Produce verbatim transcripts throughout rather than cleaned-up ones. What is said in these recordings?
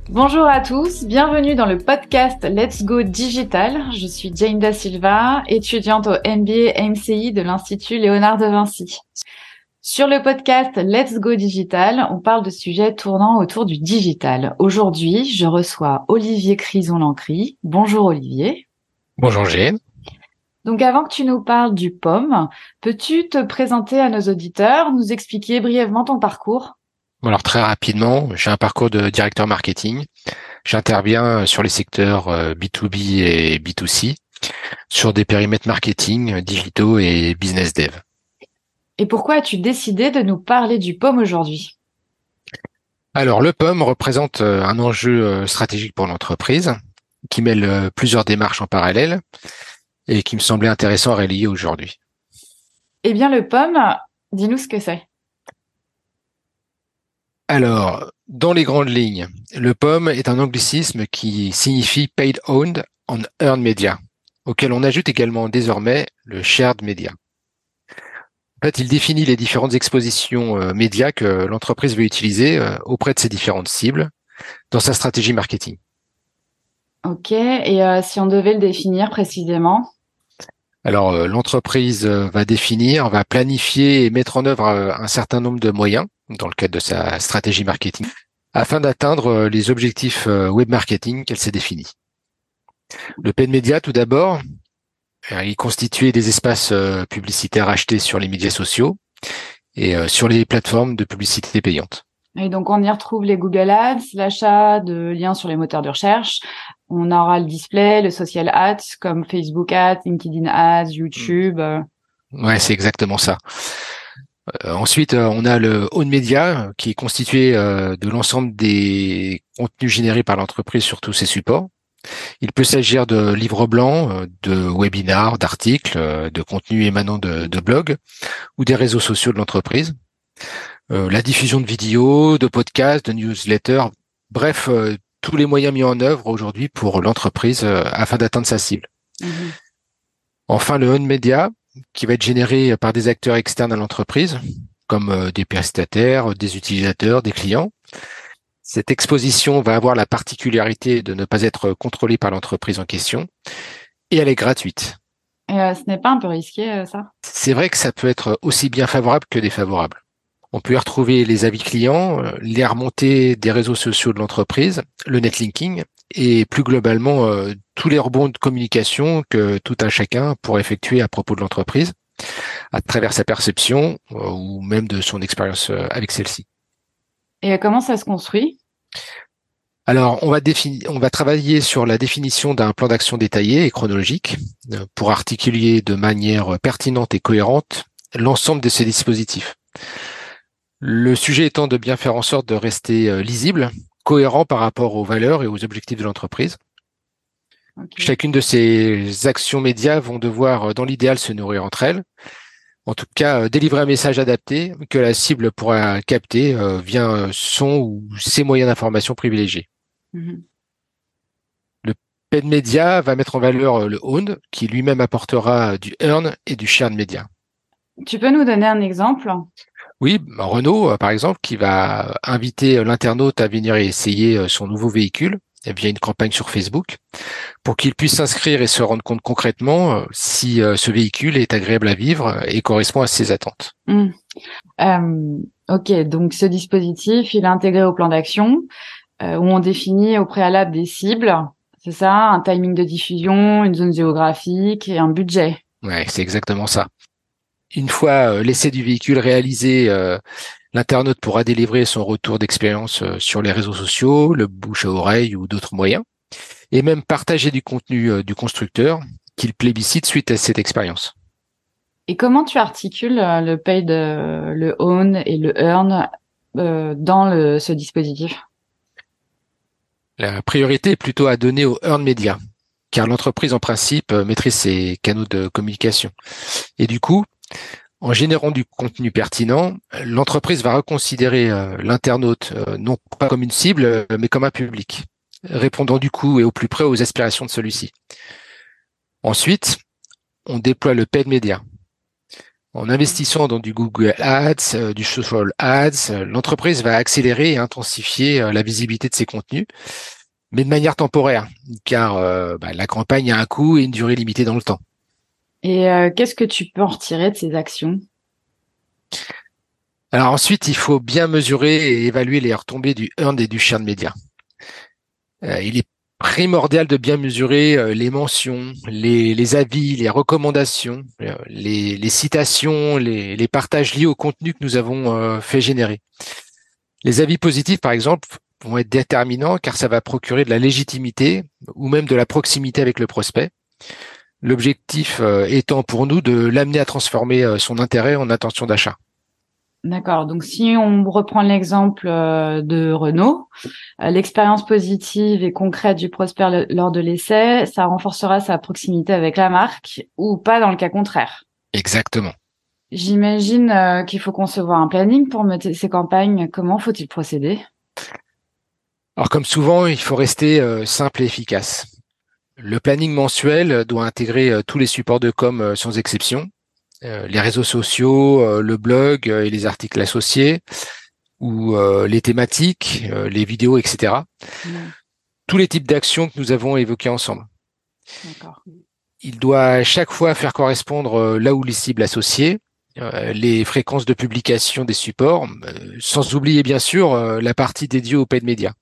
Bonjour à tous, bienvenue dans le podcast Let's Go Digital. Je suis Jane Da Silva, étudiante au M B A M C I de l'Institut Léonard de Vinci. Sur le podcast Let's Go Digital, on parle de sujets tournant autour du digital. Aujourd'hui, je reçois Olivier Crison-Lancry. Bonjour Olivier. Bonjour Gilles. Donc avant que tu nous parles du P O M, peux-tu te présenter à nos auditeurs, nous expliquer brièvement ton parcours ? Bon, alors très rapidement, j'ai un parcours de directeur marketing. J'interviens sur les secteurs euh, B deux B et B deux C, sur des périmètres marketing, euh, digitaux et business dev. Et pourquoi as-tu décidé de nous parler du P O M aujourd'hui ? Alors le P O M représente euh, un enjeu euh, stratégique pour l'entreprise qui mêle euh, plusieurs démarches en parallèle et qui me semblait intéressant à relayer aujourd'hui. Eh bien le P O M, dis-nous ce que c'est. Alors, dans les grandes lignes, le P O M est un anglicisme qui signifie Paid Owned on Earned Media, auquel on ajoute également désormais le Shared Media. En fait, il définit les différentes expositions euh, médias que l'entreprise veut utiliser euh, auprès de ses différentes cibles dans sa stratégie marketing. Ok, et euh, si on devait le définir précisément? Alors, euh, l'entreprise euh, va définir, va planifier et mettre en œuvre euh, un certain nombre de moyens dans le cadre de sa stratégie marketing afin d'atteindre euh, les objectifs euh, web marketing qu'elle s'est définis. Le paid media, tout d'abord, euh, il constituait des espaces euh, publicitaires achetés sur les médias sociaux et euh, sur les plateformes de publicité payantes. Et donc on y retrouve les Google Ads, l'achat de liens sur les moteurs de recherche. On aura le display, le social ads comme Facebook Ads, LinkedIn Ads, YouTube. euh. Ouais, c'est exactement ça. Euh, ensuite, euh, on a le own media euh, qui est constitué euh, de l'ensemble des contenus générés par l'entreprise sur tous ses supports. Il peut s'agir de livres blancs, euh, de webinars, d'articles, euh, de contenus émanant de, de blogs ou des réseaux sociaux de l'entreprise. Euh, la diffusion de vidéos, de podcasts, de newsletters, bref, euh, tous les moyens mis en œuvre aujourd'hui pour l'entreprise euh, afin d'atteindre sa cible. Mhm. Enfin, le own media qui va être généré par des acteurs externes à l'entreprise, comme euh, des prestataires, des utilisateurs, des clients. Cette exposition va avoir la particularité de ne pas être contrôlée par l'entreprise en question et elle est gratuite. Et euh, ce n'est pas un peu risqué euh, ça? C'est vrai que ça peut être aussi bien favorable que défavorable. On peut y retrouver les avis clients, euh, les remontées des réseaux sociaux de l'entreprise, le netlinking et plus globalement euh, tous les rebonds de communication que tout un chacun pourrait effectuer à propos de l'entreprise à travers sa perception euh, ou même de son expérience euh, avec celle-ci. Et euh, comment ça se construit? Alors, on va définir, on va travailler sur la définition d'un plan d'action détaillé et chronologique euh, pour articuler de manière pertinente et cohérente l'ensemble de ces dispositifs. Le sujet étant de bien faire en sorte de rester euh, lisible, cohérent par rapport aux valeurs et aux objectifs de l'entreprise. Ok. Chacune de ces actions médias vont devoir, euh, dans l'idéal, se nourrir entre elles. En tout cas, euh, délivrer un message adapté que la cible pourra capter euh, via son ou ses moyens d'information privilégiés. Mhm. Le paid media va mettre en valeur euh, le owned, qui lui-même apportera du earn et du shared media. Tu peux nous donner un exemple? Oui, Renault, euh, par exemple, qui va inviter euh, l'internaute à venir essayer euh, son nouveau véhicule eh via une campagne sur Facebook pour qu'il puisse s'inscrire et se rendre compte concrètement euh, si euh, ce véhicule est agréable à vivre et correspond à ses attentes. Hmm. Euh, ok, donc ce dispositif, il est intégré au plan d'action euh, où on définit au préalable des cibles, c'est ça, un timing de diffusion, une zone géographique et un budget. Ouais, c'est exactement ça. Une fois euh, l'essai du véhicule réalisé, euh, l'internaute pourra délivrer son retour d'expérience euh, sur les réseaux sociaux, le bouche à oreille ou d'autres moyens, et même partager du contenu euh, du constructeur qu'il plébiscite suite à cette expérience. Et comment tu articules euh, le paid, euh, le own et le earn euh, dans le, ce dispositif? La priorité est plutôt à donner au earned media, car l'entreprise en principe euh, maîtrise ses canaux de communication. Et du coup, en générant du contenu pertinent, l'entreprise va reconsidérer euh, l'internaute euh, non pas comme une cible, euh, mais comme un public, répondant du coup et au plus près aux aspirations de celui-ci. Ensuite, on déploie le paid media. En investissant dans du Google Ads, euh, du Social Ads, euh, l'entreprise va accélérer et intensifier euh, la visibilité de ses contenus, mais de manière temporaire, car euh, bah, la campagne a un coût et une durée limitée dans le temps. Et euh, qu'est-ce que tu peux en retirer de ces actions? Alors ensuite, il faut bien mesurer et évaluer les retombées du earned et du churn média. Euh, il est primordial de bien mesurer euh, les mentions, les, les avis, les recommandations, euh, les, les citations, les, les partages liés au contenu que nous avons euh, fait générer. Les avis positifs, par exemple, vont être déterminants car ça va procurer de la légitimité ou même de la proximité avec le prospect. L'objectif euh, étant pour nous de l'amener à transformer euh, son intérêt en intention d'achat. D'accord. Donc, si on reprend l'exemple euh, de Renault, euh, l'expérience positive et concrète du prospect le- lors de l'essai, ça renforcera sa proximité avec la marque ou pas dans le cas contraire. Exactement. J'imagine euh, qu'il faut concevoir un planning pour mener ces campagnes. Comment faut-il procéder? Alors comme souvent, il faut rester euh, simple et efficace. Le planning mensuel doit intégrer euh, tous les supports de com euh, sans exception, euh, les réseaux sociaux, euh, le blog euh, et les articles associés, ou euh, les thématiques, euh, les vidéos, et cetera. Ouais, Tous les types d'actions que nous avons évoqués ensemble. d'accord. Il doit à chaque fois faire correspondre euh, là où les cibles associées, euh, les fréquences de publication des supports, euh, sans oublier bien sûr euh, la partie dédiée aux paid médias.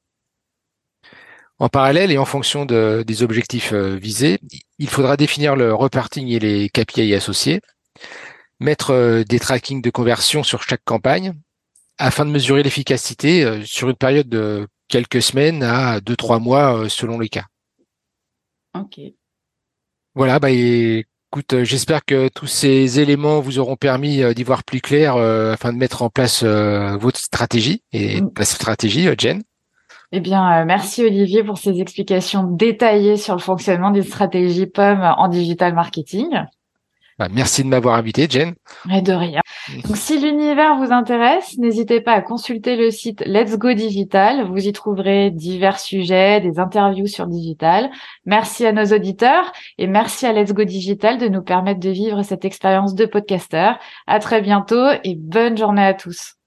En parallèle et en fonction de- des objectifs euh, visés, il faudra définir le reporting et les K P I associés, mettre euh, des trackings de conversion sur chaque campagne afin de mesurer l'efficacité euh, sur une période de quelques semaines à deux, trois mois euh, selon les cas. Ok. Voilà, bah et, écoute, euh, j'espère que tous ces éléments vous auront permis euh, d'y voir plus clair euh, afin de mettre en place euh, votre stratégie et Mm. ta stratégie, euh, Jen. Eh bien, euh, merci Olivier pour ces explications détaillées sur le fonctionnement d'une stratégie P O M en digital marketing. Bah, merci de m'avoir invité, Jen. Et de rien. Donc, si l'univers vous intéresse, n'hésitez pas à consulter le site Let's Go Digital. Vous y trouverez divers sujets, des interviews sur digital. Merci à nos auditeurs et merci à Let's Go Digital de nous permettre de vivre cette expérience de podcasteur. À très bientôt et bonne journée à tous.